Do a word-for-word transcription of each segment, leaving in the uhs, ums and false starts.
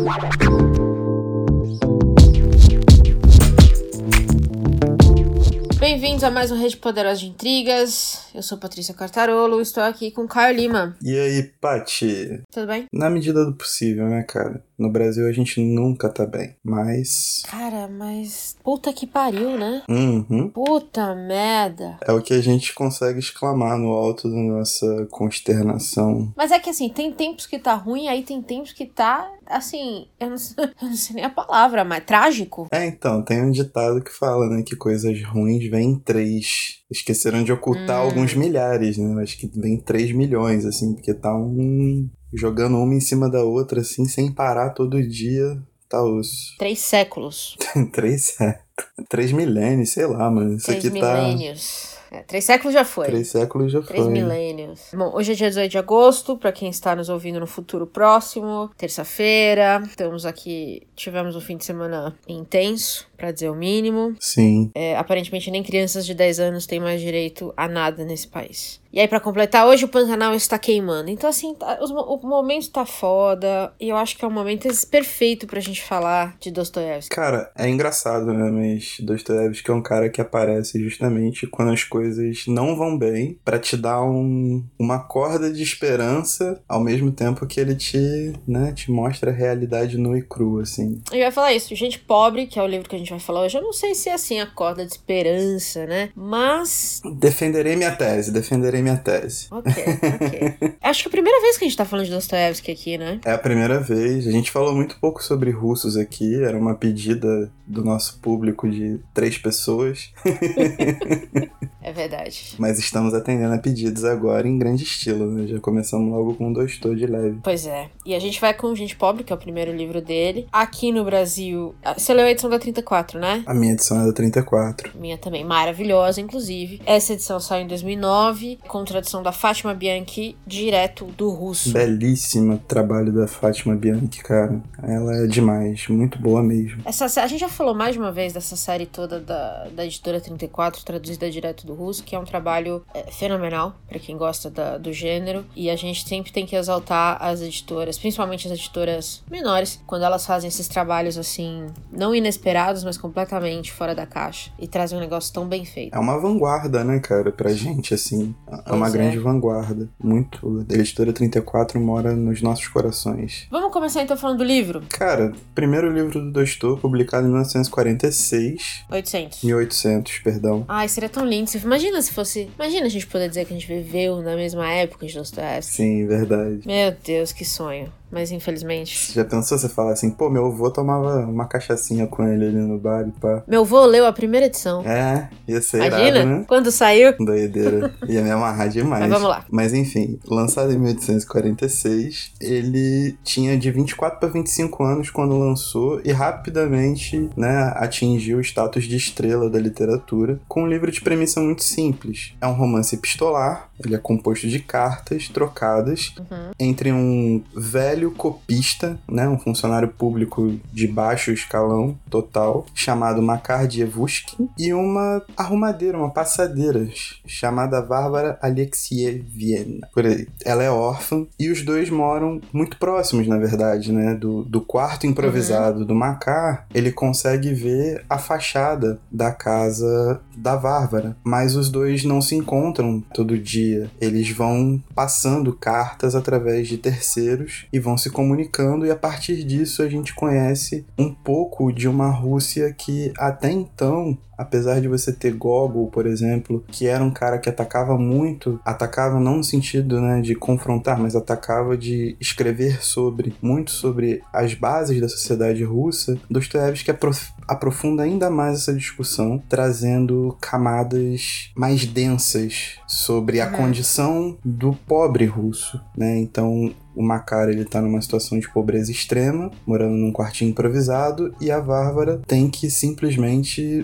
Bem-vindos a mais um Rede Poderosa de Intrigas. Eu sou Patrícia Cartarolo, estou aqui com Caio Lima. E aí, Pati? Tudo bem? Na medida do possível, né, cara? No Brasil a gente nunca tá bem, mas... Cara, mas... Puta que pariu, né? Uhum. Puta merda. É o que a gente consegue exclamar no alto da nossa consternação. Mas é que assim, tem tempos que tá ruim, aí tem tempos que tá, assim... Eu não sei, eu não sei nem a palavra, mas trágico. É, então, tem um ditado que fala, né, que coisas ruins vêm em três. Esqueceram de ocultar hum. alguns milhares, né? Acho que vem três milhões, assim, porque tá um... jogando uma em cima da outra, assim, sem parar todo dia. Tá os... Três séculos. três séculos. Três milênios, sei lá, mano. Isso Três aqui milênios. Tá... É, três séculos já foi. Três séculos já três foi. Três milênios. Bom, hoje é dia dezoito de agosto, pra quem está nos ouvindo no futuro próximo. Terça-feira. Estamos aqui... Tivemos um fim de semana intenso, pra dizer o mínimo. Sim. É, aparentemente nem crianças de dez anos têm mais direito a nada nesse país. E aí, pra completar, hoje o Pantanal está queimando. Então, assim, tá, os, o momento tá foda. E eu acho que é um momento perfeito pra gente falar de Dostoiévski. Cara, é engraçado, né? Mas Dostoiévski é um cara que aparece justamente quando as coisas não vão bem, pra te dar um, uma corda de esperança, ao mesmo tempo que ele te, né, te mostra a realidade nua e crua, assim. Eu ia falar isso. Gente Pobre, que é o livro que a gente vai falar hoje, eu não sei se é assim a corda de esperança, né? Mas... Defenderei minha tese, defenderei minha tese. Ok, ok. Acho que é a primeira vez que a gente tá falando de Dostoiévski aqui, né? É a primeira vez. A gente falou muito pouco sobre russos aqui. Era uma pedida do nosso público de três pessoas. É verdade. Mas estamos atendendo a pedidos agora em grande estilo, né? Já começamos logo com um Dostô de leve. Pois é. E a gente vai com Gente Pobre, que é o primeiro livro dele. Aqui no Brasil... Você leu a edição da trinta e quatro, né? A minha edição é da trinta e quatro. Minha também. Maravilhosa, inclusive. Essa edição saiu em dois mil e nove, com tradução da Fátima Bianchi, direto do russo. Belíssimo trabalho da Fátima Bianchi, cara. Ela é demais. Muito boa mesmo. Essa, a gente já falou mais de uma vez dessa série toda da, da editora trinta e quatro, traduzida direto do russo, que é um trabalho é, fenomenal pra quem gosta da, do gênero. E a gente sempre tem que exaltar as editoras, principalmente as editoras menores, quando elas fazem esses trabalhos assim, não inesperados, mas completamente fora da caixa. E trazem um negócio tão bem feito. É uma vanguarda, né, cara, pra gente, assim. É pois uma é. grande vanguarda. Muito. A editora trinta e quatro mora nos nossos corações. Vamos começar então falando do livro? Cara, primeiro livro do Dostô, publicado em mil novecentos e quarenta e seis. oitocentos. mil e oitocentos, perdão. Ai, seria tão lindo. Imagina se fosse... Imagina a gente poder dizer que a gente viveu na mesma época de Dostoiévski. Sim, verdade. Meu Deus, que sonho. Mas infelizmente... Você já pensou você falar assim, pô, meu avô tomava uma cachaçinha com ele ali no bar e pá. Meu avô leu a primeira edição. É, ia ser Imagina, irado, né? quando saiu. Doideira. Ia me amarrar demais. Mas vamos lá. Mas enfim, lançado em mil oitocentos e quarenta e seis, ele tinha de vinte e quatro para vinte e cinco anos quando lançou e rapidamente, né, atingiu o status de estrela da literatura com um livro de premissa muito simples. É um romance epistolar, ele é composto de cartas trocadas uhum. entre um velho copista, né, um funcionário público de baixo escalão total, chamado Makar Dievushin, e uma arrumadeira, uma passadeira, chamada Varvara Alexievievna. Por aí. Ela é órfã e os dois moram muito próximos, na verdade, né, do, do quarto improvisado uhum. do Makar. Ele consegue ver a fachada da casa da Varvara, mas os dois não se encontram todo dia. Eles vão passando cartas através de terceiros e vão se comunicando, e a partir disso a gente conhece um pouco de uma Rússia que até então, apesar de você ter Gogol, por exemplo, que era um cara que atacava muito, atacava não no sentido, né, de confrontar, mas atacava de escrever sobre, muito sobre as bases da sociedade russa, Dostoiévski aprof- aprofunda ainda mais essa discussão, trazendo camadas mais densas sobre a uhum. condição do pobre russo, né? Então, o Makar, ele tá numa situação de pobreza extrema, morando num quartinho improvisado, e a Varvara tem que simplesmente lutar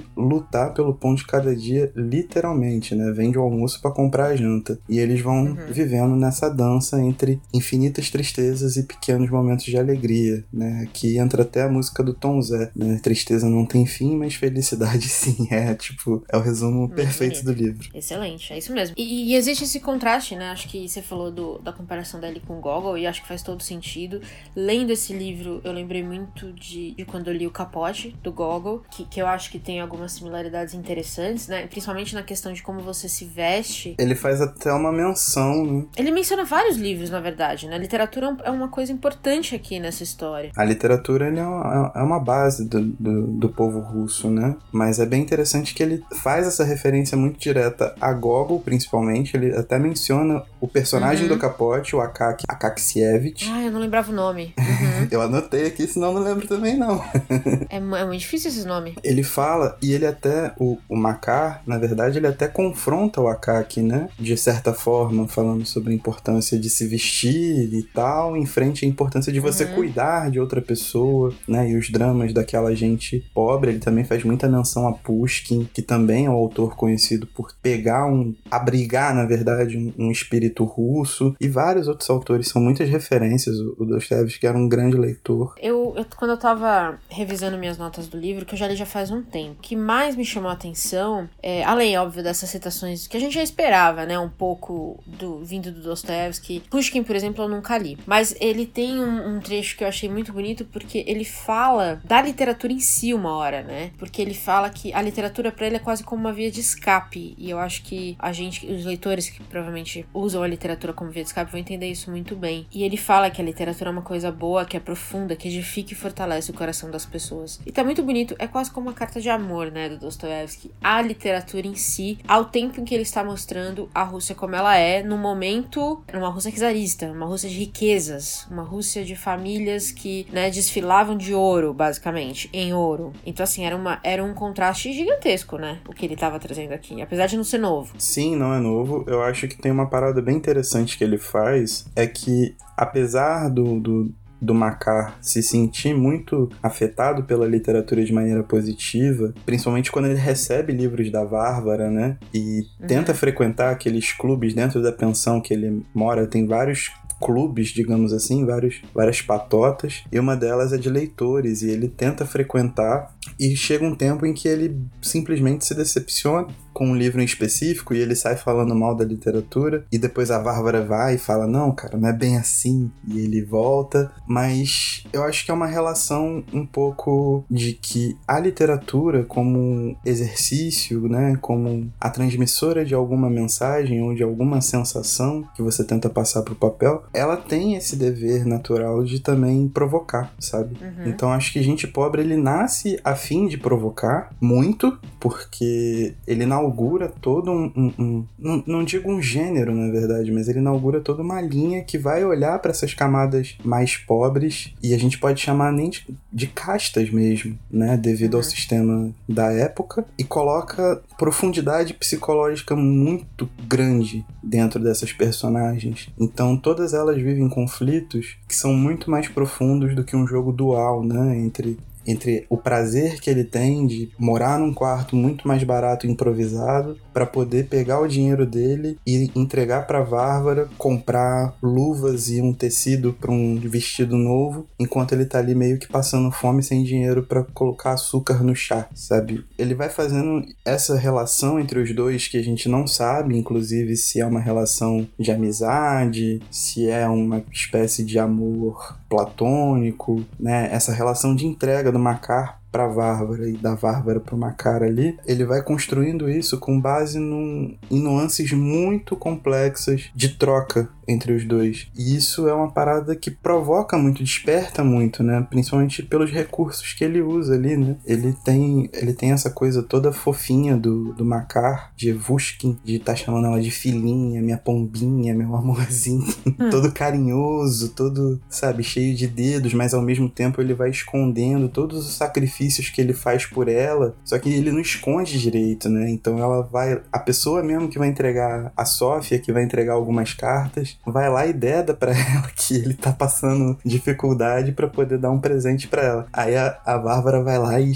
lutar pelo pão de cada dia, literalmente, né? Vende o almoço pra comprar a janta. E eles vão uhum. vivendo nessa dança entre infinitas tristezas e pequenos momentos de alegria, né? Que entra até a música do Tom Zé, né? Tristeza não tem fim, mas felicidade sim. É, tipo, é o resumo Muito perfeito bonito. Do livro. Excelente, é isso mesmo. E, e existe esse contraste, né? Acho que você falou do, da comparação dele com o Gogol, e acho que faz todo sentido. Lendo esse livro, eu lembrei muito de, de quando eu li o Capote, do Gogol, que, que eu acho que tem algumas similaridades interessantes, né? Principalmente na questão de como você se veste. Ele faz até uma menção, né? Ele menciona vários livros, na verdade, né? A literatura é uma coisa importante aqui nessa história. A literatura ele é, uma, é uma base do, do, do povo russo, né? Mas é bem interessante que ele faz essa referência muito direta a Gogol, principalmente. Ele até menciona o personagem uhum. do Capote, o Akak Akaksievich. Ah, eu não lembrava o nome. Uhum. Eu anotei aqui, senão não lembro também, não. é, é muito difícil esse nome. Ele fala, e ele até, o, o Makar, na verdade, ele até confronta o Akak, né? De certa forma, falando sobre a importância de se vestir e tal, em frente à importância de você uhum. cuidar de outra pessoa, né? E os dramas daquela gente pobre. Ele também faz muita menção a Pushkin, que também é um autor conhecido por pegar um... abrigar, na verdade, um, um espírito russo. E vários outros autores, são muitas referências. O, o Dostoiévski era um grande leitor. Eu, eu, quando eu tava revisando minhas notas do livro, que eu já li já faz um tempo, o que mais me chamou a atenção, é, além, óbvio, dessas citações que a gente já esperava, né? Um pouco do, vindo do Dostoiévski. Pushkin, por exemplo, eu nunca li. Mas ele tem um, um trecho que eu achei muito bonito, porque ele fala da literatura em si uma hora, né? Porque ele fala que a literatura pra ele é quase como uma via de escape. E eu acho que a gente, os leitores que provavelmente usam a literatura como via de escape vão entender isso muito bem. E ele fala que a literatura é uma coisa boa, que é profunda, que edifica e fortalece o coração das pessoas. E tá muito bonito, é quase como uma carta de amor, né, do Dostoiévski, a literatura em si, ao tempo em que ele está mostrando a Rússia como ela é, no momento, numa Rússia czarista, uma Rússia de riquezas, uma Rússia de famílias que, né, desfilavam de ouro, basicamente, em ouro. Então, assim, era, uma, era um contraste gigantesco, né, o que ele estava trazendo aqui, apesar de não ser novo. Sim, não é novo. Eu acho que tem uma parada bem interessante que ele faz, é que, apesar do... do... do Makar se sentir muito afetado pela literatura de maneira positiva, principalmente quando ele recebe livros da Várvara, né? E uhum. tenta frequentar aqueles clubes dentro da pensão que ele mora. Tem vários clubes, digamos assim, vários, várias patotas, e uma delas é de leitores, e ele tenta frequentar, e chega um tempo em que ele simplesmente se decepciona com um livro em específico, e ele sai falando mal da literatura, e depois a Várvara vai e fala, não, cara, não é bem assim, e ele volta, mas eu acho que é uma relação um pouco de que a literatura como um exercício, né, como a transmissora de alguma mensagem ou de alguma sensação que você tenta passar pro papel, ela tem esse dever natural de também provocar, sabe? Uhum. Então acho que Gente Pobre, ele nasce a fim de provocar muito, porque ele inaugura todo um, um, um não, não digo um gênero, na verdade, mas ele inaugura toda uma linha que vai olhar para essas camadas mais pobres, e a gente pode chamar nem de, de castas mesmo, né, devido uhum. ao sistema da época, e coloca profundidade psicológica muito grande dentro dessas personagens. Então todas elas vivem conflitos que são muito mais profundos do que um jogo dual, né, entre entre o prazer que ele tem de morar num quarto muito mais barato e improvisado para poder pegar o dinheiro dele e entregar para Várvara, comprar luvas e um tecido para um vestido novo, enquanto ele tá ali meio que passando fome sem dinheiro para colocar açúcar no chá, sabe? Ele vai fazendo essa relação entre os dois que a gente não sabe, inclusive, se é uma relação de amizade, se é uma espécie de amor platônico, né? Essa relação de entrega do Makar pra Várvara e da Várvara pro Makar ali, ele vai construindo isso com base num, em nuances muito complexas de troca entre os dois. E isso é uma parada que provoca muito, desperta muito, né? Principalmente pelos recursos que ele usa ali, né? Ele tem, ele tem essa coisa toda fofinha do, do Makar, de Evushkin, de estar tá chamando ela de filhinha, minha pombinha, meu amorzinho, hum. todo carinhoso, todo, sabe, cheio de dedos, mas ao mesmo tempo ele vai escondendo todos os sacrifícios que ele faz por ela, só que ele não esconde direito, né? Então ela vai, a pessoa mesmo que vai entregar, a Sofia, que vai entregar algumas cartas, vai lá e deda pra ela que ele tá passando dificuldade pra poder dar um presente pra ela. Aí a, a Várvara vai lá e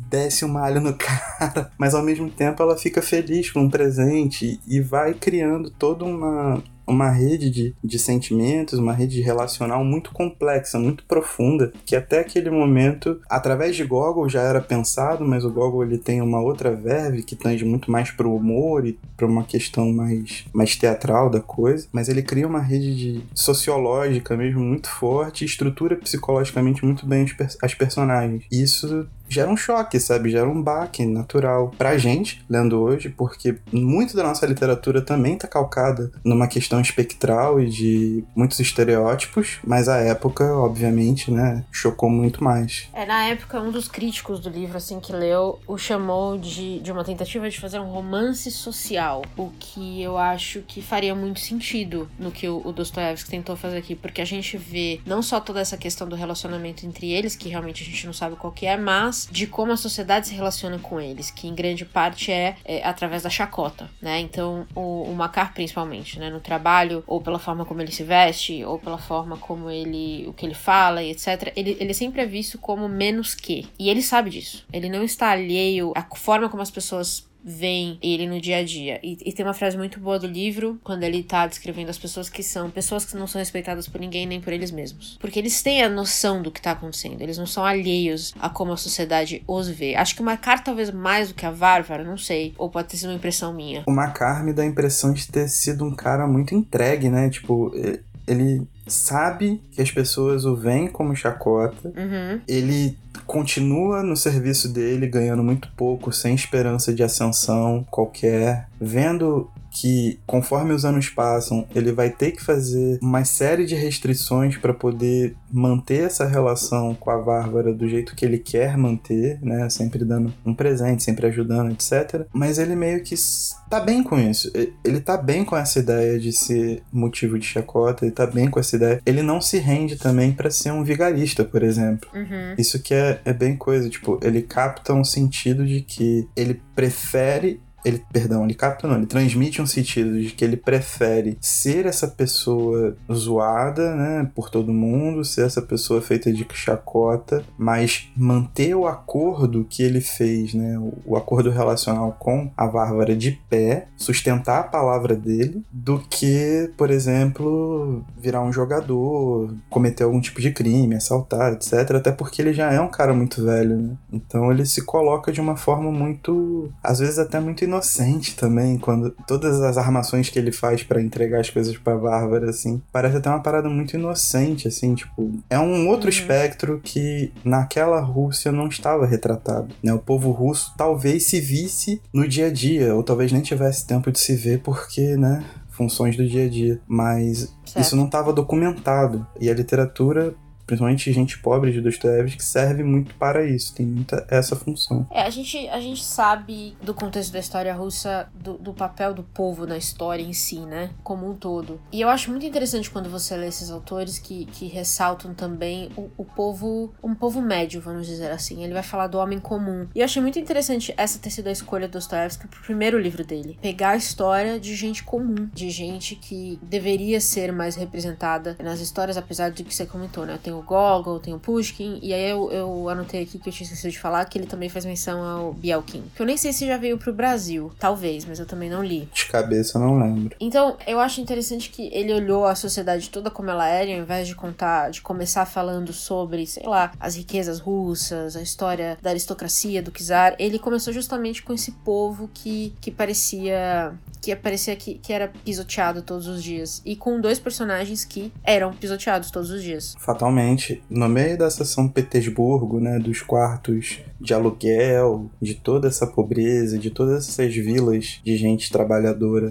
desce uma alho no cara, mas ao mesmo tempo ela fica feliz com um presente e vai criando toda uma... uma rede de, de sentimentos, uma rede relacional muito complexa, muito profunda, que até aquele momento, através de Gogol já era pensado, mas o Gogol ele tem uma outra verve que tende muito mais para o humor e para uma questão mais, mais teatral da coisa, mas ele cria uma rede de, sociológica mesmo muito forte e estrutura psicologicamente muito bem as, per- as personagens. E isso gera um choque, sabe? Gera um baque natural pra gente, lendo hoje, porque muito da nossa literatura também tá calcada numa questão espectral e de muitos estereótipos, mas a época, obviamente, né, chocou muito mais. É, na época, um dos críticos do livro, assim, que leu, o chamou de, de uma tentativa de fazer um romance social, o que eu acho que faria muito sentido no que o, o Dostoiévski tentou fazer aqui, porque a gente vê não só toda essa questão do relacionamento entre eles, que realmente a gente não sabe qual que é, mas de como a sociedade se relaciona com eles, que em grande parte é, é através da chacota, né? Então, o, o Makar, principalmente, né? No trabalho, ou pela forma como ele se veste, ou pela forma como ele, o que ele fala e etcétera, ele, ele sempre é visto como menos que. E ele sabe disso. Ele não está alheio à forma como as pessoas vem ele no dia a dia. E, e tem uma frase muito boa do livro, quando ele tá descrevendo as pessoas que são pessoas que não são respeitadas por ninguém, nem por eles mesmos. Porque eles têm a noção do que tá acontecendo. Eles não são alheios a como a sociedade os vê. Acho que o Makar talvez mais do que a Varvara, não sei. Ou pode ter sido uma impressão minha. O Makar me dá a impressão de ter sido um cara muito entregue, né? Tipo, ele sabe que as pessoas o veem como chacota. Uhum. Ele continua no serviço dele, ganhando muito pouco, sem esperança de ascensão qualquer, vendo que conforme os anos passam, ele vai ter que fazer uma série de restrições para poder manter essa relação com a Varvara do jeito que ele quer manter, né? Sempre dando um presente, sempre ajudando, etcétera. Mas ele meio que tá bem com isso. Ele tá bem com essa ideia de ser motivo de chacota, ele tá bem com essa ideia. Ele não se rende também para ser um vigarista, por exemplo. Uhum. Isso que é, é bem coisa, tipo, ele capta um sentido de que ele prefere Ele, perdão, ele capta não, ele transmite um sentido de que ele prefere ser essa pessoa zoada, né, por todo mundo, ser essa pessoa feita de chacota, mas manter o acordo que ele fez, né, o, o acordo relacional com a Varvara de pé, sustentar a palavra dele, do que, por exemplo, virar um jogador, cometer algum tipo de crime, assaltar, etcétera. Até porque ele já é um cara muito velho, né? Então ele se coloca de uma forma muito, às vezes até muito inocente inocente também, quando todas as armações que ele faz pra entregar as coisas pra Varvara, assim, parece até uma parada muito inocente, assim, tipo, é um outro uhum. espectro que naquela Rússia não estava retratado, né? O povo russo talvez se visse no dia a dia, ou talvez nem tivesse tempo de se ver porque, né, funções do dia a dia, mas certo. Isso não estava documentado, e a literatura, principalmente gente pobre de Dostoiévski, que serve muito para isso, tem muita essa função. É, a gente, a gente sabe do contexto da história russa, do, do papel do povo na história em si, né, como um todo. E eu acho muito interessante quando você lê esses autores que, que ressaltam também o, o povo, um povo médio, vamos dizer assim. Ele vai falar do homem comum. E eu achei muito interessante essa ter sido a escolha do Dostoiévski pro primeiro livro dele. Pegar a história de gente comum, de gente que deveria ser mais representada nas histórias, apesar de que você comentou, né, tem o Gogol, tem o Pushkin, e aí eu, eu anotei aqui que eu tinha esquecido de falar que ele também faz menção ao Bielkin, que eu nem sei se já veio pro Brasil, talvez, mas eu também não li. De cabeça eu não lembro. Então, eu acho interessante que ele olhou a sociedade toda como ela era, ao invés de contar, de começar falando sobre, sei lá, as riquezas russas, a história da aristocracia, do czar, ele começou justamente com esse povo que, que parecia... que parecia que, que era pisoteado todos os dias, e com dois personagens que eram pisoteados todos os dias. Fatalmente. No meio dessa São Petersburgo, né, dos quartos de aluguel, de toda essa pobreza, de todas essas vilas de gente trabalhadora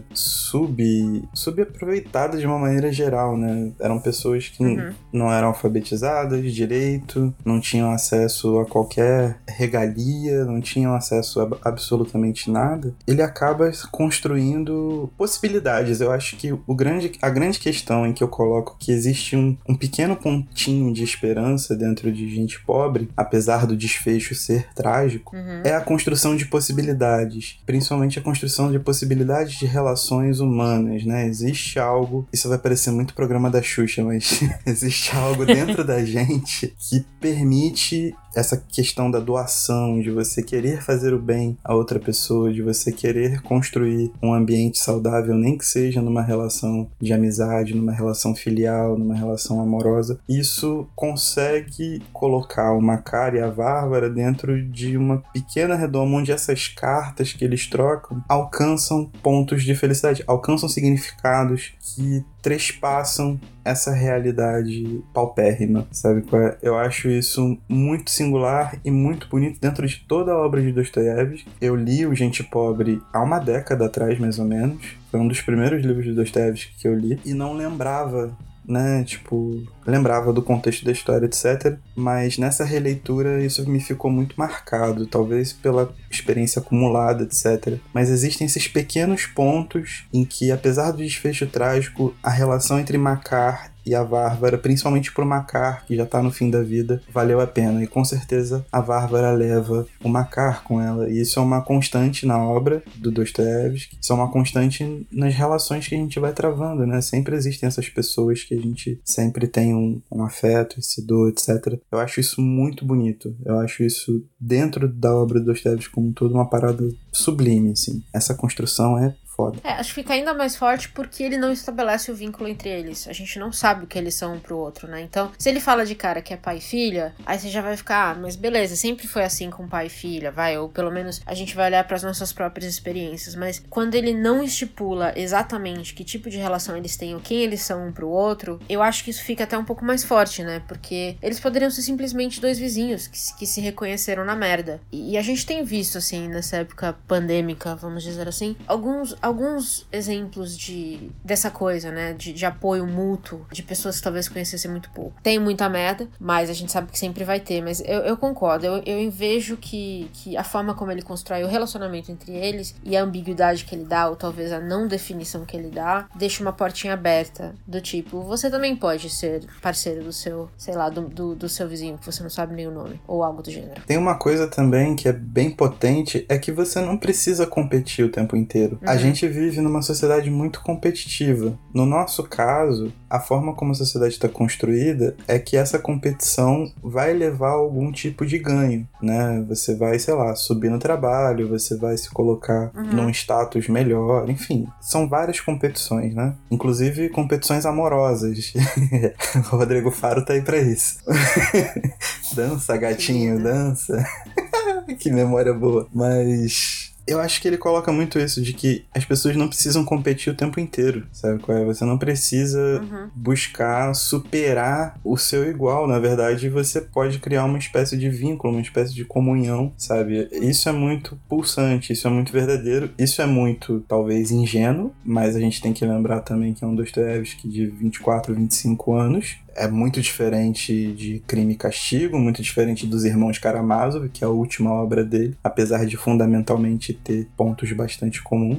sub, subaproveitadas de uma maneira geral, né? Eram pessoas que uhum. não eram alfabetizadas direito, não tinham acesso a qualquer regalia, não tinham acesso a absolutamente nada. Ele acaba construindo possibilidades. Eu acho que o grande, a grande questão em que eu coloco que existe um, um pequeno pontinho de esperança dentro de gente pobre, apesar do desfecho ser trágico, uhum. é a construção de possibilidades, principalmente a construção de possibilidades de relações humanas, né? Existe algo, isso vai parecer muito programa da Xuxa, mas existe algo dentro da gente que permite essa questão da doação, de você querer fazer o bem a outra pessoa, de você querer construir um ambiente saudável, nem que seja numa relação de amizade, numa relação filial, numa relação amorosa, isso consegue colocar o Makar e a Varvara dentro de uma pequena redoma onde essas cartas que eles trocam alcançam pontos de felicidade, alcançam significados que trespassam essa realidade paupérrima, sabe qual é? Eu acho isso muito singular e muito bonito dentro de toda a obra de Dostoiévski. Eu li o Gente Pobre há uma década atrás, mais ou menos. Foi um dos primeiros livros de Dostoiévski que eu li e não lembrava, né, tipo, lembrava do contexto da história, etcétera. Mas nessa releitura isso me ficou muito marcado, talvez pela experiência acumulada, etcétera. Mas existem esses pequenos pontos em que, apesar do desfecho trágico, a relação entre Makar e a Varvara, principalmente pro Makar, que já tá no fim da vida, valeu a pena. E com certeza a Varvara leva o Makar com ela. E isso é uma constante na obra do Dostoiévski. Isso é uma constante nas relações que a gente vai travando, né? Sempre existem essas pessoas que a gente sempre tem um, um afeto, esse dor, etcétera. Eu acho isso muito bonito. Eu acho isso, dentro da obra do Dostoiévski como um todo, uma parada sublime, assim. Essa construção é foda. É, acho que fica ainda mais forte porque ele não estabelece o vínculo entre eles. A gente não sabe o que eles são um pro outro, né? Então, se ele fala de cara que é pai e filha, aí você já vai ficar, ah, mas beleza, sempre foi assim com pai e filha, vai, ou pelo menos a gente vai olhar pras nossas próprias experiências, mas quando ele não estipula exatamente que tipo de relação eles têm ou quem eles são um pro outro, eu acho que isso fica até um pouco mais forte, né? Porque eles poderiam ser simplesmente dois vizinhos que, que se reconheceram na merda. E, e a gente tem visto, assim, nessa época pandêmica, vamos dizer assim, alguns alguns exemplos de, dessa coisa, né, de, de apoio mútuo, de pessoas que talvez conhecessem muito pouco. Tem muita merda, mas a gente sabe que sempre vai ter, mas eu, eu concordo, eu, eu vejo que, que a forma como ele constrói o relacionamento entre eles e a ambiguidade que ele dá, ou talvez a não definição que ele dá, deixa uma portinha aberta, do tipo, você também pode ser parceiro do seu, sei lá, do, do, do seu vizinho, que você não sabe nem o nome, ou algo do gênero. Tem uma coisa também que é bem potente, é que você não precisa competir o tempo inteiro. Uhum. A gente A gente vive numa sociedade muito competitiva. No nosso caso, a forma como a sociedade está construída é que essa competição vai levar a algum tipo de ganho, né? Você vai, sei lá, subir no trabalho, você vai se colocar uhum. num status melhor, enfim. São várias competições, né? Inclusive competições amorosas. O Rodrigo Faro tá aí pra isso. Dança, gatinho, dança. Que memória boa. Mas eu acho que ele coloca muito isso, de que as pessoas não precisam competir o tempo inteiro, sabe qual é? Você não precisa uhum. buscar superar o seu igual. Na verdade, você pode criar uma espécie de vínculo, uma espécie de comunhão, sabe? Isso é muito pulsante, isso é muito verdadeiro, isso é muito, talvez, ingênuo, mas a gente tem que lembrar também que é um Dostoiévski de vinte e quatro, vinte e cinco anos. É muito diferente de Crime e Castigo, muito diferente dos Irmãos Karamazov, que é a última obra dele, apesar de fundamentalmente ter pontos bastante comuns.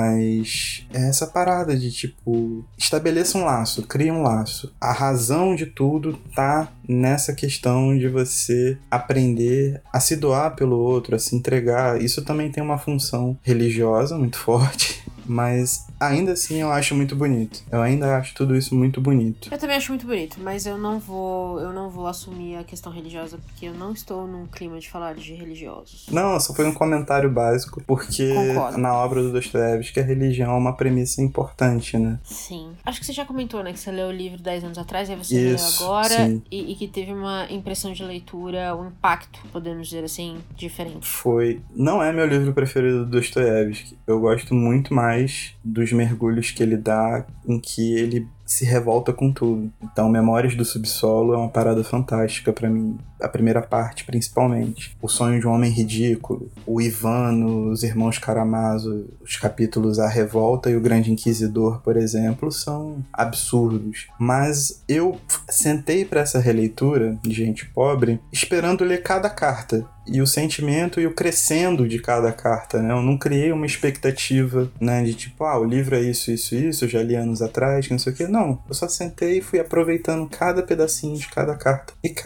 Mas é essa parada de, tipo, estabeleça um laço, cria um laço. A razão de tudo tá nessa questão de você aprender a se doar pelo outro, a se entregar. Isso também tem uma função religiosa muito forte, mas ainda assim eu acho muito bonito. Eu ainda acho tudo isso muito bonito. Eu também acho muito bonito, mas eu não vou, eu não vou assumir a questão religiosa, porque eu não estou num clima de falar de religiosos. Não, só foi um comentário básico, porque Concordo. Na obra do Dostoiévski a religião é uma premissa importante, né? Sim. Acho que você já comentou, né, que você leu o livro dez anos atrás, aí você isso, leu agora, e, e que teve uma impressão de leitura, um impacto, podemos dizer assim, diferente. Foi. Não é meu livro preferido do Dostoiévski. Eu gosto muito mais dos mergulhos que ele dá, em que ele se revolta com tudo. Então, Memórias do Subsolo é uma parada fantástica pra mim. A primeira parte, principalmente. O Sonho de um Homem Ridículo, o Ivano, os Irmãos Karamazov, os capítulos A Revolta e o Grande Inquisidor, por exemplo, são absurdos. Mas eu sentei pra essa releitura de Gente Pobre esperando ler cada carta. E o sentimento e o crescendo de cada carta, né? Eu não criei uma expectativa, né? De tipo, ah, o livro é isso, isso, isso, eu já li anos atrás, que não sei o quê. Não, eu só sentei e fui aproveitando cada pedacinho de cada carta. E, cara,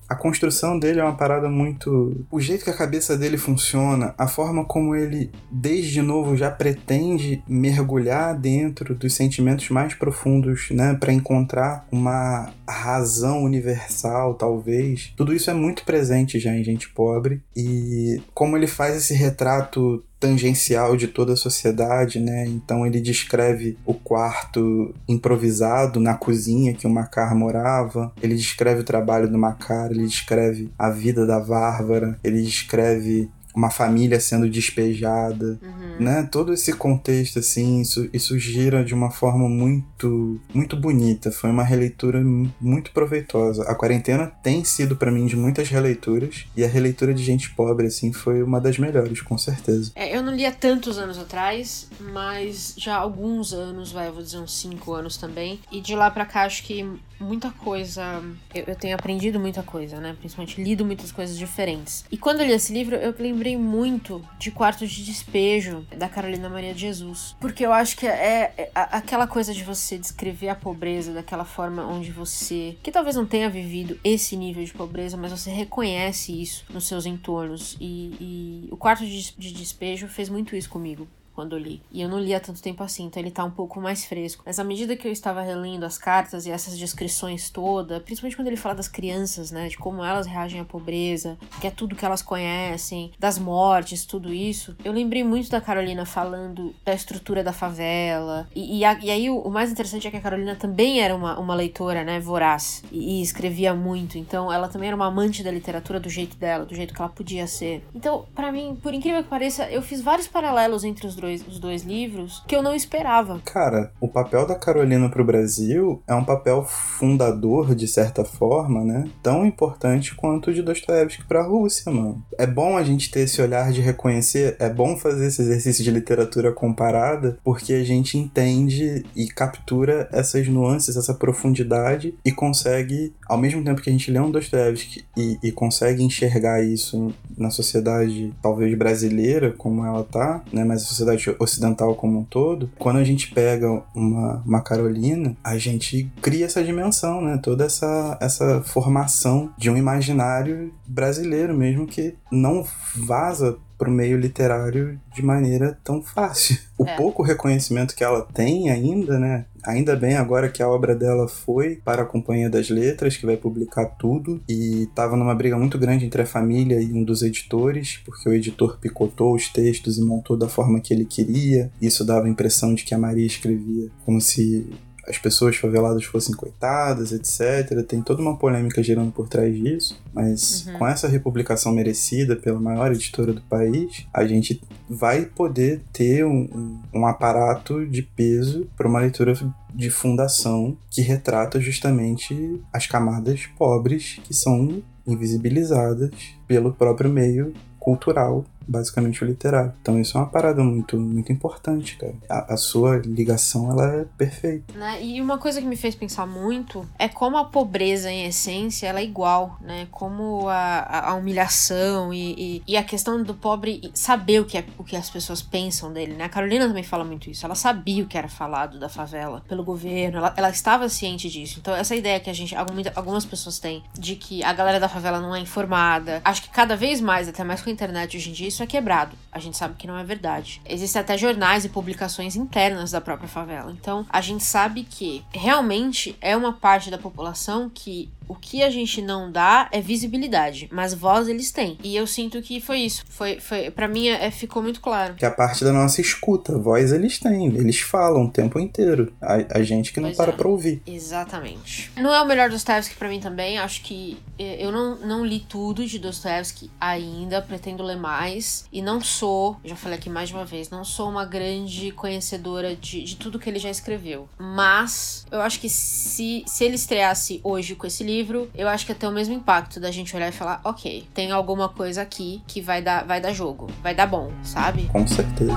A construção dele é uma parada muito... O jeito que a cabeça dele funciona, a forma como ele, desde novo, já pretende mergulhar dentro dos sentimentos mais profundos, né? Pra encontrar uma razão universal, talvez. Tudo isso é muito presente já em Gente Pobre. E como ele faz esse retrato tangencial de toda a sociedade, né? Então ele descreve o quarto improvisado na cozinha que o Makar morava, ele descreve o trabalho do Makar, ele descreve a vida da Várvara, ele descreve uma família sendo despejada, uhum. né? Todo esse contexto, assim, isso, isso gira de uma forma muito, muito bonita. Foi uma releitura muito proveitosa. A quarentena tem sido, pra mim, de muitas releituras, e a releitura de Gente Pobre, assim, foi uma das melhores, com certeza. É, eu não li há tantos anos atrás, mas já há alguns anos, vai, eu vou dizer uns cinco anos também, e de lá pra cá acho que muita coisa, eu, eu tenho aprendido muita coisa, né? Principalmente lido muitas coisas diferentes. E quando eu li esse livro, eu lembrei muito de Quarto de Despejo, da Carolina Maria de Jesus. Porque eu acho que é, é aquela coisa de você descrever a pobreza daquela forma onde você, que talvez não tenha vivido esse nível de pobreza, mas você reconhece isso nos seus entornos. E, e o Quarto de, de Despejo fez muito isso comigo quando eu li. E eu não li há tanto tempo assim, então ele tá um pouco mais fresco. Mas à medida que eu estava relendo as cartas e essas descrições todas, principalmente quando ele fala das crianças, né, de como elas reagem à pobreza, que é tudo que elas conhecem, das mortes, tudo isso, eu lembrei muito da Carolina falando da estrutura da favela. E, e, a, e aí o, o mais interessante é que a Carolina também era uma, uma leitora, né, voraz, e, e escrevia muito. Então ela também era uma amante da literatura do jeito dela, do jeito que ela podia ser. Então, pra mim, por incrível que pareça, eu fiz vários paralelos entre os dois os dois livros que eu não esperava. Cara, o papel da Carolina pro Brasil é um papel fundador, de certa forma, né? Tão importante quanto o de Dostoiévski pra Rússia, mano. É bom a gente ter esse olhar de reconhecer, é bom fazer esse exercício de literatura comparada, porque a gente entende e captura essas nuances, essa profundidade, e consegue, ao mesmo tempo que a gente lê um Dostoiévski e, e consegue enxergar isso na sociedade, talvez brasileira, como ela tá, né? Mas a sociedade ocidental como um todo, quando a gente pega uma, uma Carolina, a gente cria essa dimensão, né? Toda essa, essa formação de um imaginário brasileiro mesmo, que não vaza pro meio literário de maneira tão fácil. O é. pouco reconhecimento que ela tem ainda, né? Ainda bem agora que a obra dela foi para a Companhia das Letras, que vai publicar tudo, e estava numa briga muito grande entre a família e um dos editores, porque o editor picotou os textos e montou da forma que ele queria. Isso dava a impressão de que a Maria escrevia como se as pessoas faveladas fossem coitadas, etcétera. Tem toda uma polêmica girando por trás disso, mas uhum. com essa republicação merecida pela maior editora do país, a gente vai poder ter um, um, um aparato de peso para uma leitura de fundação que retrata justamente as camadas pobres que são invisibilizadas pelo próprio meio cultural, basicamente o literário. Então isso é uma parada muito, muito importante, cara. A, a sua ligação, ela é perfeita. Né? E uma coisa que me fez pensar muito é como a pobreza, em essência, ela é igual, né? Como a, a humilhação e, e, e a questão do pobre saber o que, é, o que as pessoas pensam dele, né? A Carolina também fala muito isso. Ela sabia o que era falado da favela pelo governo, ela, ela estava ciente disso. Então essa ideia que a gente, algumas pessoas têm de que a galera da favela não é informada, acho que cada vez mais, até mais com a internet hoje em dia, isso é quebrado. A gente sabe que não é verdade. Existem até jornais e publicações internas da própria favela. Então, a gente sabe que realmente é uma parte da população que o que a gente não dá é visibilidade, mas voz eles têm. E eu sinto que foi isso. Foi, foi, pra mim, é, ficou muito claro. Que a parte da nossa escuta, voz eles têm. Eles falam o tempo inteiro. A, a gente que não pois para é. pra ouvir. Exatamente. Não é o melhor Dostoiévski pra mim também. Acho que eu não, não li tudo de Dostoiévski ainda. Pretendo ler mais. E não sou, já falei aqui mais de uma vez, não sou uma grande conhecedora de, de tudo que ele já escreveu. Mas eu acho que se, se ele estreasse hoje com esse livro, eu acho que ia ter o mesmo impacto da gente olhar e falar, ok, tem alguma coisa aqui que vai dar, vai dar jogo, vai dar bom, sabe? Com certeza.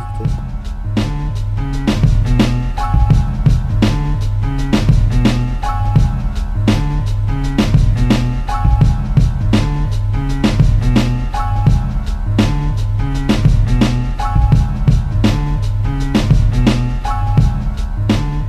Eu tinha,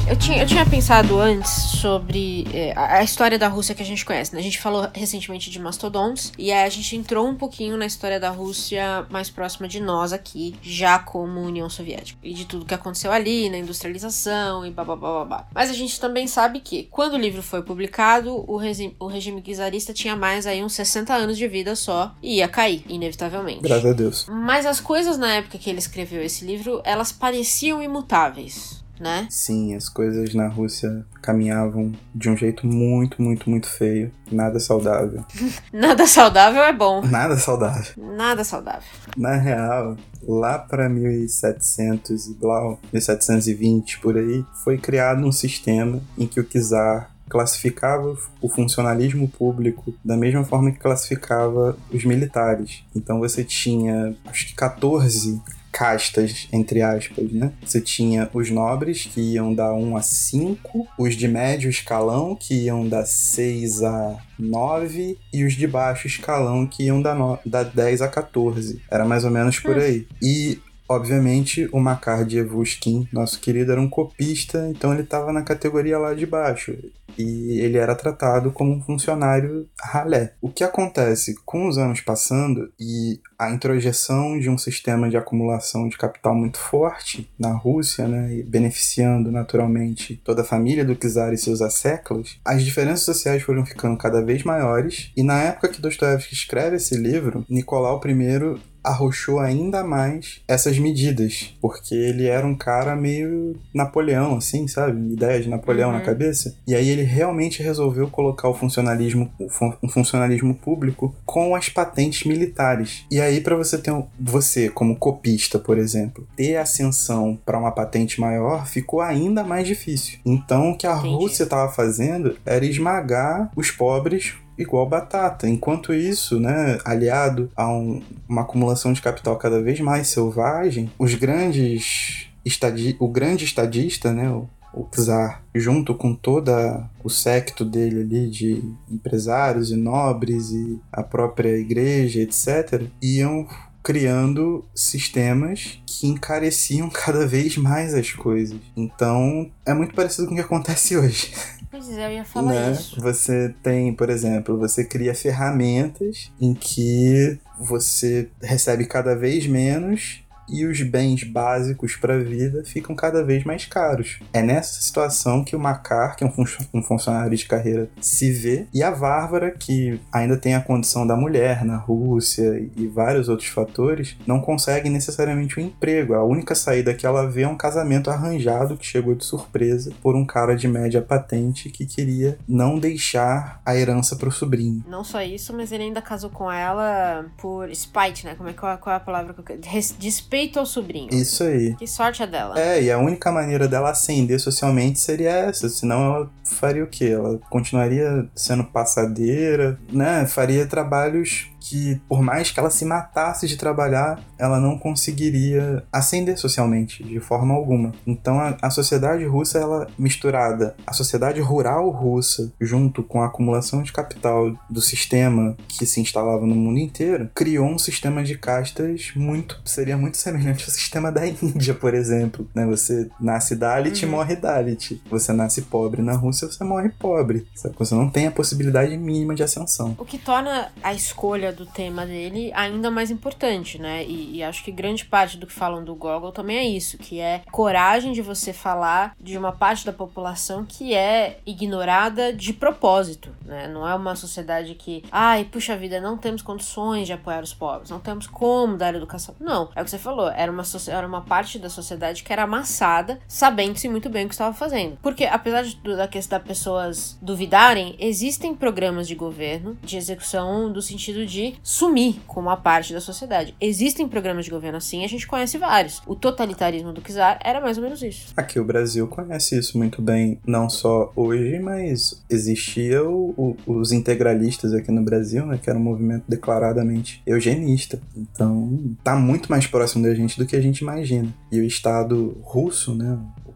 eu tinha pensado antes sobre é, a, a história da Rússia que a gente conhece, né? A gente falou recentemente de mastodontes, e aí a gente entrou um pouquinho na história da Rússia mais próxima de nós aqui, já como União Soviética. E de tudo que aconteceu ali, na industrialização e babá. Mas a gente também sabe que, quando o livro foi publicado, o, regi- o regime czarista tinha mais aí uns sessenta anos de vida só, e ia cair, inevitavelmente. Graças a Deus. Mas as coisas na época que ele escreveu esse livro, elas pareciam imutáveis. Né? Sim, as coisas na Rússia caminhavam de um jeito muito, muito, muito feio. Nada saudável. Nada saudável é bom. Nada saudável. Nada saudável. Na real, lá para mil e setecentos e blau, mil setecentos e vinte por aí, foi criado um sistema em que o czar classificava o funcionalismo público da mesma forma que classificava os militares. Então você tinha, acho que catorze castas, entre aspas, né? Você tinha os nobres, que iam da um a cinco, os de médio escalão, que iam da seis a nove, e os de baixo escalão, que iam da, no... da dez a catorze. Era mais ou menos por aí. E, obviamente, o Makar Dievushkin, nosso querido, era um copista, então ele estava na categoria lá de baixo. E ele era tratado como um funcionário ralé. O que acontece com os anos passando e a introjeção de um sistema de acumulação de capital muito forte na Rússia, né, e beneficiando naturalmente toda a família do czar e seus asseclas, as diferenças sociais foram ficando cada vez maiores, e na época que Dostoiévski escreve esse livro, Nicolau I arrochou ainda mais essas medidas, porque ele era um cara meio Napoleão, assim, sabe? Ideia de Napoleão uhum. na cabeça. E aí ele realmente resolveu colocar o funcionalismo, o fun- um funcionalismo público com as patentes militares. E aí, para você ter um, você, como copista, por exemplo, ter ascensão para uma patente maior, ficou ainda mais difícil. Então, o que a Entendi. Rússia estava fazendo era esmagar os pobres igual batata. Enquanto isso, né, aliado a um, uma acumulação de capital cada vez mais selvagem, os grandes estadi- o grande estadista, né, o, o czar, junto com toda o séquito dele ali de empresários e nobres e a própria igreja, etcétera, iam criando sistemas que encareciam cada vez mais as coisas. Então, é muito parecido com o que acontece hoje. Pois é, eu ia falar né? isso. Você tem, por exemplo, você cria ferramentas em que você recebe cada vez menos e os bens básicos para a vida ficam cada vez mais caros. É nessa situação que o Makar, que é um, fun- um funcionário de carreira, se vê, e a Várvara, que ainda tem a condição da mulher na Rússia e vários outros fatores, não consegue necessariamente um emprego. A única saída que ela vê é um casamento arranjado que chegou de surpresa por um cara de média patente que queria não deixar a herança pro sobrinho. Não só isso, mas ele ainda casou com ela por spite, né? Como é, qual, qual é a palavra que eu quero? Despeito ao sobrinho. Isso aí. Que sorte é dela. É, e a única maneira dela ascender socialmente seria essa, senão ela faria o quê? Ela continuaria sendo passadeira, né? Faria trabalhos que, por mais que ela se matasse de trabalhar, ela não conseguiria ascender socialmente, de forma alguma. Então, a, a sociedade russa, ela misturada, a sociedade rural russa, junto com a acumulação de capital do sistema que se instalava no mundo inteiro, criou um sistema de castas muito, seria muito semelhante ao sistema da Índia, por exemplo. Né? Você nasce Dalit e uhum. morre Dalit. Você nasce pobre na Rússia, você morre pobre. Sabe? Você não tem a possibilidade mínima de ascensão. O que torna a escolha do tema dele ainda mais importante, né? E, e acho que grande parte do que falam do Gogol também é isso, que é coragem de você falar de uma parte da população que é ignorada de propósito, né? Não é uma sociedade que, ai, puxa vida, não temos condições de apoiar os pobres, não temos como dar educação. Não, é o que você falou, era uma, era uma parte da sociedade que era amassada, sabendo-se muito bem o que estava fazendo. Porque, apesar de, da questão das pessoas duvidarem, existem programas de governo, de execução, do sentido de sumir com uma parte da sociedade. Existem programas de governo assim, a gente conhece vários. O totalitarismo do czar era mais ou menos isso. Aqui o Brasil conhece isso muito bem, não só hoje, mas existia o, o, os integralistas aqui no Brasil, né, que era um movimento declaradamente eugenista. Então, tá muito mais próximo da gente do que a gente imagina. E o Estado russo, né, o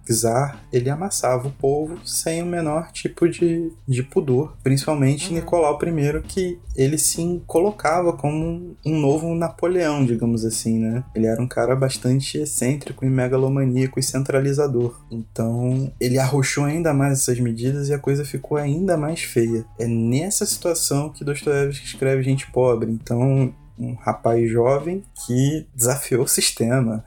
czar, ele amassava o povo sem o menor tipo de, de pudor, principalmente uhum. Nicolau I, que ele se colocava como um novo Napoleão, digamos assim, né? Ele era um cara bastante excêntrico e megalomaníaco e centralizador. Então, ele arrochou ainda mais essas medidas e a coisa ficou ainda mais feia. É nessa situação que Dostoiévski escreve Gente Pobre. Então, um rapaz jovem que desafiou o sistema.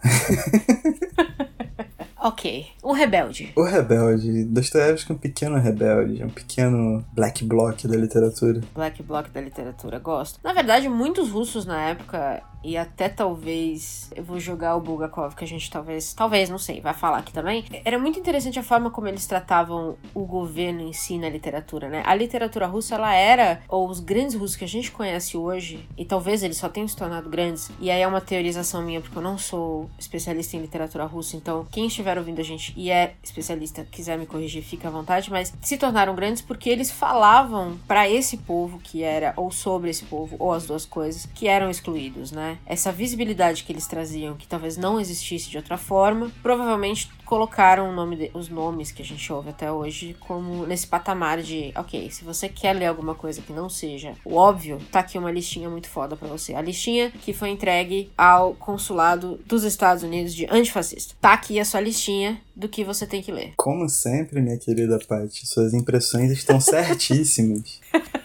Ok. Um rebelde. O rebelde. Dostoiévski é um pequeno rebelde. Um pequeno black bloc da literatura. Black bloc da literatura. Gosto. Na verdade, muitos russos na época, e até talvez... Eu vou jogar o Bulgakov, que a gente talvez... Talvez, não sei, vai falar aqui também. Era muito interessante a forma como eles tratavam o governo em si na literatura, né? A literatura russa, ela era... Ou os grandes russos que a gente conhece hoje, e talvez eles só tenham se tornado grandes, e aí é uma teorização minha, porque eu não sou especialista em literatura russa, então quem estiver ouvindo a gente e é especialista, quiser me corrigir, fica à vontade, mas se tornaram grandes porque eles falavam pra esse povo que era, ou sobre esse povo, ou as duas coisas, que eram excluídos, né? Essa visibilidade que eles traziam, que talvez não existisse de outra forma, provavelmente colocaram o nome de, os nomes que a gente ouve até hoje como nesse patamar de, ok, se você quer ler alguma coisa que não seja o óbvio, tá aqui uma listinha muito foda pra você. A listinha que foi entregue ao consulado dos Estados Unidos de antifascista. Tá aqui a sua listinha do que você tem que ler. Como sempre, minha querida Paty, suas impressões estão certíssimas.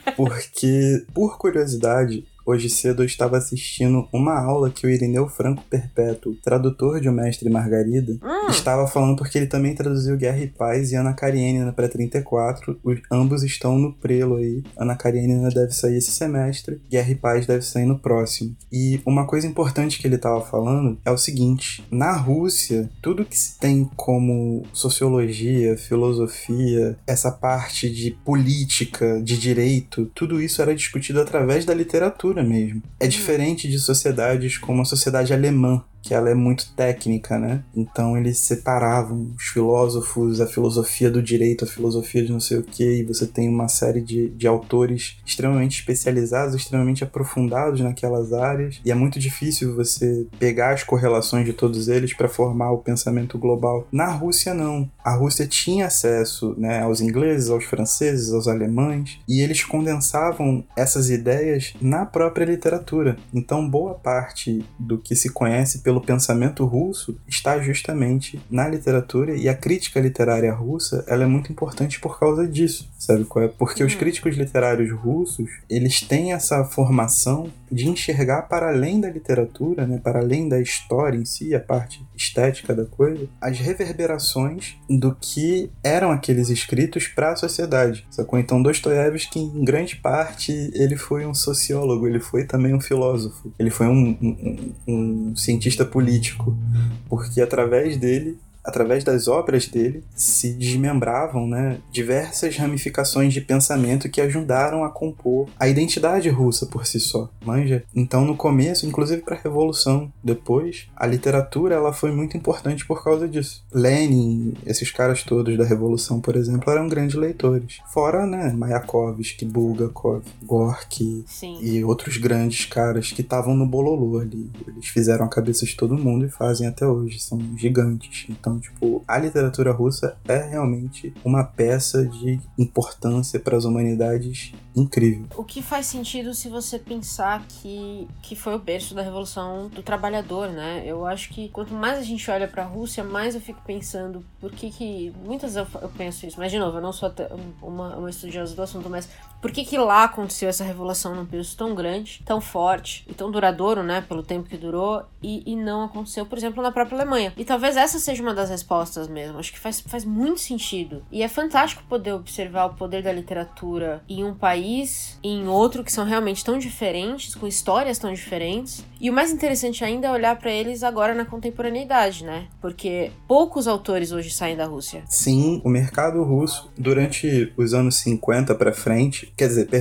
Porque, por curiosidade, hoje cedo eu estava assistindo uma aula que o Irineu Franco Perpétuo, tradutor de O Mestre e Margarida, hum. estava falando, porque ele também traduziu Guerra e Paz e Ana Karenina para trinta e quatro. Os, ambos estão no prelo aí. Ana Karenina deve sair esse semestre, Guerra e Paz deve sair no próximo. E uma coisa importante que ele estava falando é o seguinte: na Rússia, tudo que se tem como sociologia, filosofia, essa parte de política, de direito, tudo isso era discutido através da literatura mesmo. É diferente de sociedades como a sociedade alemã, que ela é muito técnica, né? Então eles separavam os filósofos, a filosofia do direito, a filosofia de não sei o quê, e você tem uma série de, de autores extremamente especializados, extremamente aprofundados naquelas áreas, e é muito difícil você pegar as correlações de todos eles para formar o pensamento global. Na Rússia, não. A Rússia tinha acesso, né, aos ingleses, aos franceses, aos alemães, e eles condensavam essas ideias na própria literatura. Então, boa parte do que se conhece pelo pensamento russo está justamente na literatura, e a crítica literária russa, ela é muito importante por causa disso, sabe qual é? Porque hum. os críticos literários russos, eles têm essa formação de enxergar para além da literatura, né, para além da história em si, a parte estética da coisa, as reverberações do que eram aqueles escritos para a sociedade, sacou? Então Dostoiévski, em grande parte, ele foi um sociólogo, ele foi também um filósofo, ele foi um, um, um cientista político, porque através dele, através das obras dele, se desmembravam, né, diversas ramificações de pensamento que ajudaram a compor a identidade russa por si só, manja? Então, no começo, inclusive para a Revolução, depois, a literatura ela foi muito importante por causa disso. Lenin, esses caras todos da Revolução, por exemplo, eram grandes leitores. Fora, né, Mayakovsky, Bulgakov, Gorky Sim. e outros grandes caras que estavam no bololô ali. Eles fizeram a cabeça de todo mundo e fazem até hoje, são gigantes. Então, tipo, a literatura russa é realmente uma peça de importância para as humanidades incrível. O que faz sentido se você pensar que, que foi o berço da Revolução do Trabalhador, né? Eu acho que quanto mais a gente olha pra Rússia, mais eu fico pensando por que que... Muitas vezes eu, eu penso isso, mas de novo, eu não sou uma, uma estudiosa do assunto, mas por que que lá aconteceu essa revolução num período tão grande, tão forte e tão duradouro, né? Pelo tempo que durou, e, e não aconteceu, por exemplo, na própria Alemanha. E talvez essa seja uma das respostas mesmo. Acho que faz, faz muito sentido. E é fantástico poder observar o poder da literatura em um país e em outro que são realmente tão diferentes, com histórias tão diferentes. E o mais interessante ainda é olhar pra eles agora na contemporaneidade, né? Porque poucos autores hoje saem da Rússia. Sim, o mercado russo, durante os anos cinquenta pra frente, quer dizer, perdão,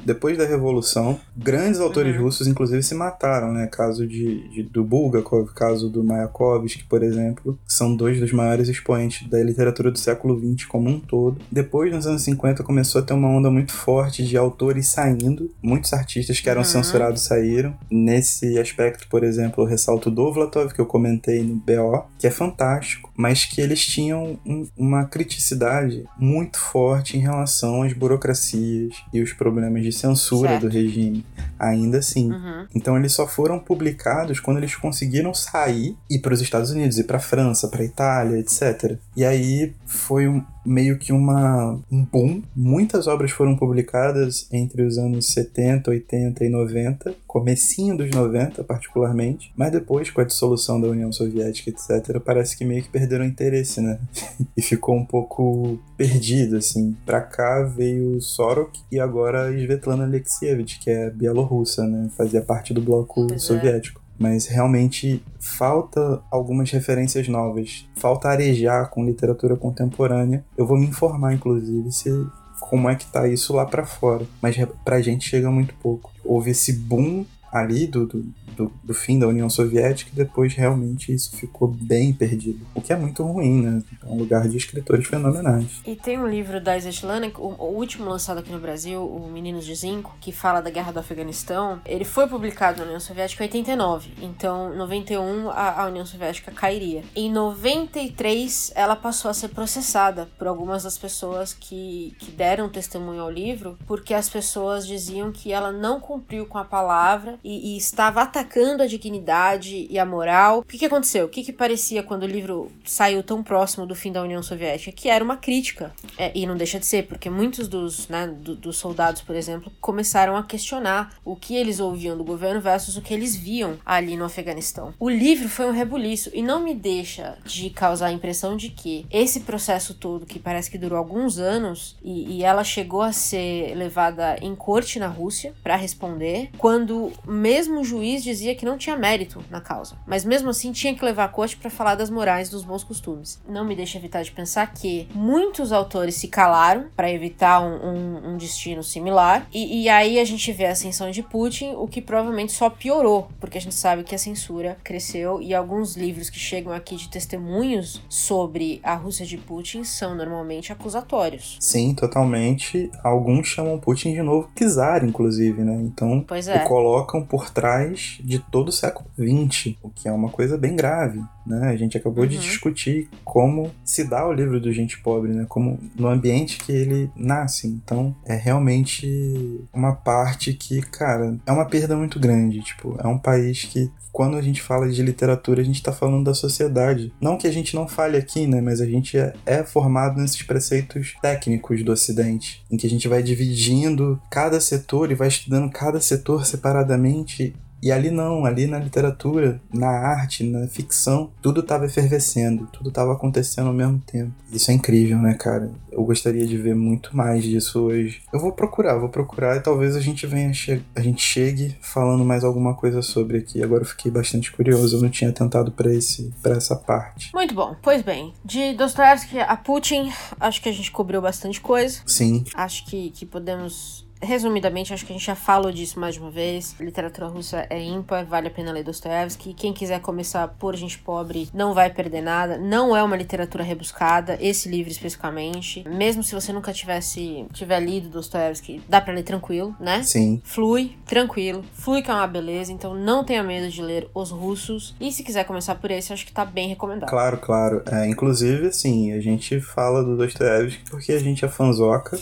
depois da Revolução, grandes autores uhum. russos, inclusive, se mataram, né? Caso de, de, do Bulgakov, caso do Mayakovsky, por exemplo, são dois dos maiores expoentes da literatura do século vinte como um todo. Depois, nos anos cinquenta, começou a ter uma onda muito forte de autores saindo. Muitos artistas que eram uhum. censurados saíram. Nesse aspecto, por exemplo, eu ressalto o Dovlatov, que eu comentei no B O, que é fantástico, mas que eles tinham um, uma criticidade muito forte em relação às burocracias e os problemas de censura certo. do regime, ainda assim. Uhum. Então eles só foram publicados quando eles conseguiram sair e ir para os Estados Unidos, ir para a França, para a Itália, etcétera. E aí foi um, meio que uma, um boom. Muitas obras foram publicadas entre os anos setenta, oitenta e noventa, comecinho dos noventa particularmente, mas depois, com a dissolução da União Soviética, etcétera, parece que meio que perderam interesse, né? E ficou um pouco perdido, assim. Pra cá veio Sorok e agora Svetlana Alexievich, que é bielorrussa, né? Fazia parte do bloco pois soviético. É. Mas realmente falta algumas referências novas. Falta arejar com literatura contemporânea. Eu vou me informar, inclusive, se, como é que tá isso lá pra fora. Mas pra gente chega muito pouco. Houve esse boom ali do, do, do, do fim da União Soviética e depois realmente isso ficou bem perdido. O que é muito ruim, né? É um lugar de escritores fenomenais. E tem um livro da Svetlana, o, o último lançado aqui no Brasil, O Meninos de Zinco, que fala da Guerra do Afeganistão. Ele foi publicado na União Soviética em oitenta e nove. Então, em noventa e um, a, a União Soviética cairia. Em noventa e três, ela passou a ser processada por algumas das pessoas que, que deram testemunho ao livro, porque as pessoas diziam que ela não cumpriu com a palavra E, e estava atacando a dignidade e a moral. O que, que aconteceu? O que, que parecia quando o livro saiu tão próximo do fim da União Soviética? Que era uma crítica. É, e não deixa de ser, porque muitos dos, né, do, dos soldados, por exemplo, começaram a questionar o que eles ouviam do governo versus o que eles viam ali no Afeganistão. O livro foi um rebuliço e não me deixa de causar a impressão de que esse processo todo, que parece que durou alguns anos, e, e ela chegou a ser levada em corte na Rússia para responder, quando mesmo o juiz dizia que não tinha mérito na causa, mas mesmo assim tinha que levar a corte para falar das morais, dos bons costumes. Não me deixa evitar de pensar que muitos autores se calaram para evitar um, um, um destino similar, e, e aí a gente vê a ascensão de Putin, o que provavelmente só piorou, porque a gente sabe que a censura cresceu e alguns livros que chegam aqui de testemunhos sobre a Rússia de Putin são normalmente acusatórios. Sim, totalmente. Alguns chamam Putin de novo czar, inclusive, né? Então, pois é. colocam por trás de todo o século vinte, o que é uma coisa bem grave, né? A gente acabou uhum. de discutir como se dá o livro do Gente Pobre, né? Como no ambiente que ele nasce. Então, é realmente uma parte que, cara, é uma perda muito grande. Tipo, é um país que, quando a gente fala de literatura, a gente tá falando da sociedade. Não que a gente não fale aqui, né? Mas a gente é, é formado nesses preceitos técnicos do Ocidente, em que a gente vai dividindo cada setor e vai estudando cada setor separadamente. E ali não, ali na literatura, na arte, na ficção, tudo estava efervescendo, tudo estava acontecendo ao mesmo tempo. Isso é incrível, né, cara? Eu gostaria de ver muito mais disso hoje. Eu vou procurar, vou procurar e talvez a gente venha, che- a gente chegue falando mais alguma coisa sobre aqui. Agora eu fiquei bastante curioso, eu não tinha tentado para esse, para essa parte. Muito bom, pois bem, de Dostoiévski a Putin, acho que a gente cobriu bastante coisa. Sim. Acho que, que podemos... Resumidamente, acho que a gente já falou disso mais de uma vez. A literatura russa é ímpar, vale a pena ler Dostoiévski. Quem quiser começar por Gente Pobre não vai perder nada. Não é uma literatura rebuscada, esse livro especificamente. Mesmo se você nunca tivesse tiver lido Dostoiévski, dá pra ler tranquilo, né? Sim. Flui, tranquilo. Flui que é uma beleza, então não tenha medo de ler Os Russos. E se quiser começar por esse, acho que tá bem recomendado. Claro, claro. É, inclusive, assim, a gente fala do Dostoiévski porque a gente é fanzoca,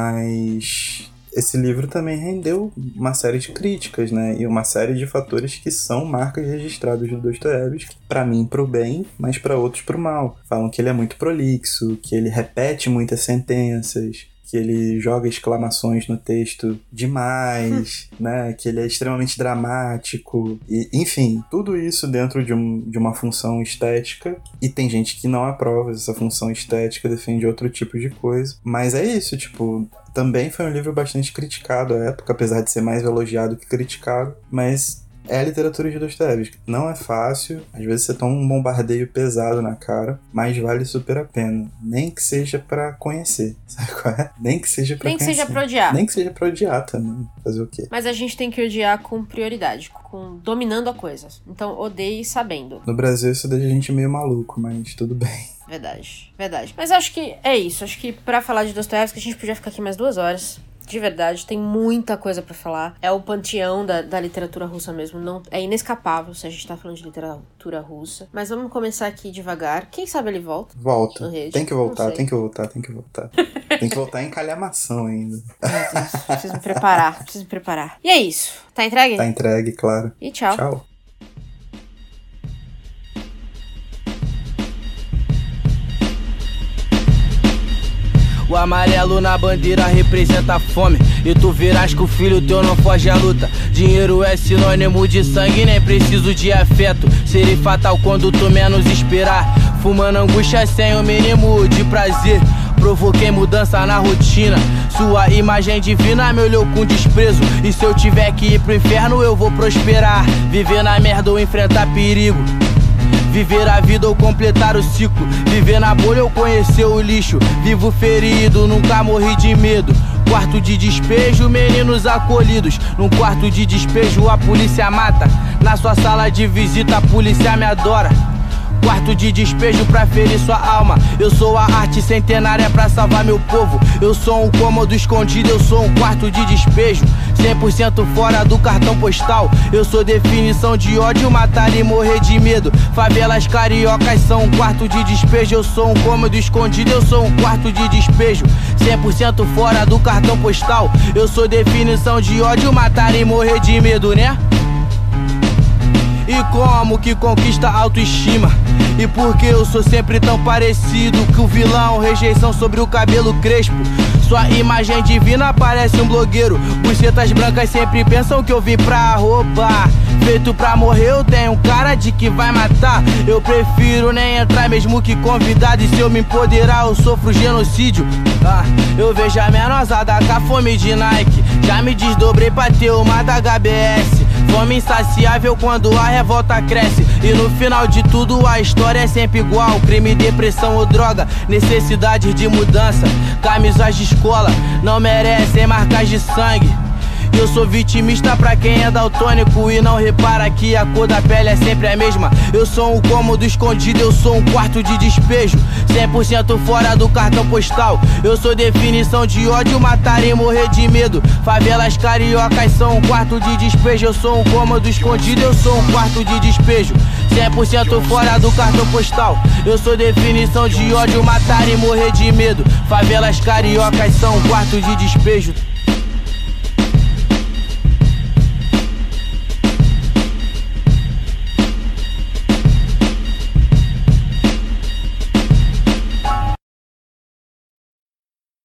mas... esse livro também rendeu uma série de críticas, né? E uma série de fatores que são marcas registradas do Dostoiévski, pra mim pro bem, mas pra outros pro mal. Falam que ele é muito prolixo, que ele repete muitas sentenças, que ele joga exclamações no texto demais, né? Que ele é extremamente dramático. E, enfim, tudo isso dentro de, um, de uma função estética. E tem gente que não aprova essa função estética, defende outro tipo de coisa. Mas é isso, tipo... também foi um livro bastante criticado à época, apesar de ser mais elogiado que criticado, mas é a literatura de Dostoiévski. Não é fácil, às vezes você toma um bombardeio pesado na cara, mas vale super a pena. Nem que seja pra conhecer, sabe qual é? Nem que seja pra Nem que conhecer. seja pra odiar. Nem que seja pra odiar também. Fazer o quê? Mas a gente tem que odiar com prioridade, com dominando a coisa. Então odeie sabendo. No Brasil isso deixa a gente meio maluco, mas tudo bem. Verdade, verdade. Mas acho que é isso. Acho que pra falar de Dostoiévski a gente podia ficar aqui mais duas horas. De verdade, tem muita coisa pra falar. É o panteão da, da literatura russa mesmo. Não, é inescapável se a gente tá falando de literatura russa. Mas vamos começar aqui devagar. Quem sabe ele volta. Volta. Tem que voltar, tem que voltar, tem que voltar. Tem que voltar em calhamação ainda. Meu Deus, preciso me preparar, preciso me preparar. E é isso. Tá entregue? Tá entregue, claro. E tchau. Tchau. O amarelo na bandeira representa a fome, e tu verás que o filho teu não foge à luta. Dinheiro é sinônimo de sangue, nem preciso de afeto. Serei fatal quando tu menos esperar. Fumando angústia sem o mínimo de prazer. Provoquei mudança na rotina. Sua imagem divina me olhou com desprezo. E se eu tiver que ir pro inferno eu vou prosperar. Viver na merda ou enfrentar perigo. Viver a vida ou completar o ciclo. Viver na bolha ou conhecer o lixo. Vivo ferido, nunca morri de medo. Quarto de despejo, meninos acolhidos. Num quarto de despejo a polícia mata. Na sua sala de visita a polícia me adora. Quarto de despejo pra ferir sua alma. Eu sou a arte centenária pra salvar meu povo. Eu sou um cômodo escondido, eu sou um quarto de despejo. Cem por cento fora do cartão postal. Eu sou definição de ódio, matar e morrer de medo. Favelas cariocas são um quarto de despejo. Eu sou um cômodo escondido, eu sou um quarto de despejo. Cem por cento fora do cartão postal. Eu sou definição de ódio, matar e morrer de medo, né? E como que conquista a autoestima? E por que eu sou sempre tão parecido que o vilão? Rejeição sobre o cabelo crespo. Sua imagem divina parece um blogueiro. Bucetas brancas sempre pensam que eu vim pra roubar. Feito pra morrer eu tenho cara de que vai matar. Eu prefiro nem entrar mesmo que convidado. E se eu me empoderar eu sofro genocídio. Ah, eu vejo a menosada com a fome de Nike. Já me desdobrei pra ter uma da H B S. Fome insaciável quando a revolta cresce. E no final de tudo a história é sempre igual. Crime, depressão ou droga, necessidade de mudança. Camisas de escola não merecem marcas de sangue. Eu sou vitimista pra quem é daltônico e não repara que a cor da pele é sempre a mesma. Eu sou um cômodo escondido, eu sou um quarto de despejo. Cem por cento fora do cartão postal. Eu sou definição de ódio, matar e morrer de medo. Favelas cariocas são um quarto de despejo. Eu sou um cômodo escondido, eu sou um quarto de despejo. Cem por cento fora do cartão postal. Eu sou definição de ódio, matar e morrer de medo. Favelas cariocas são um quarto de despejo.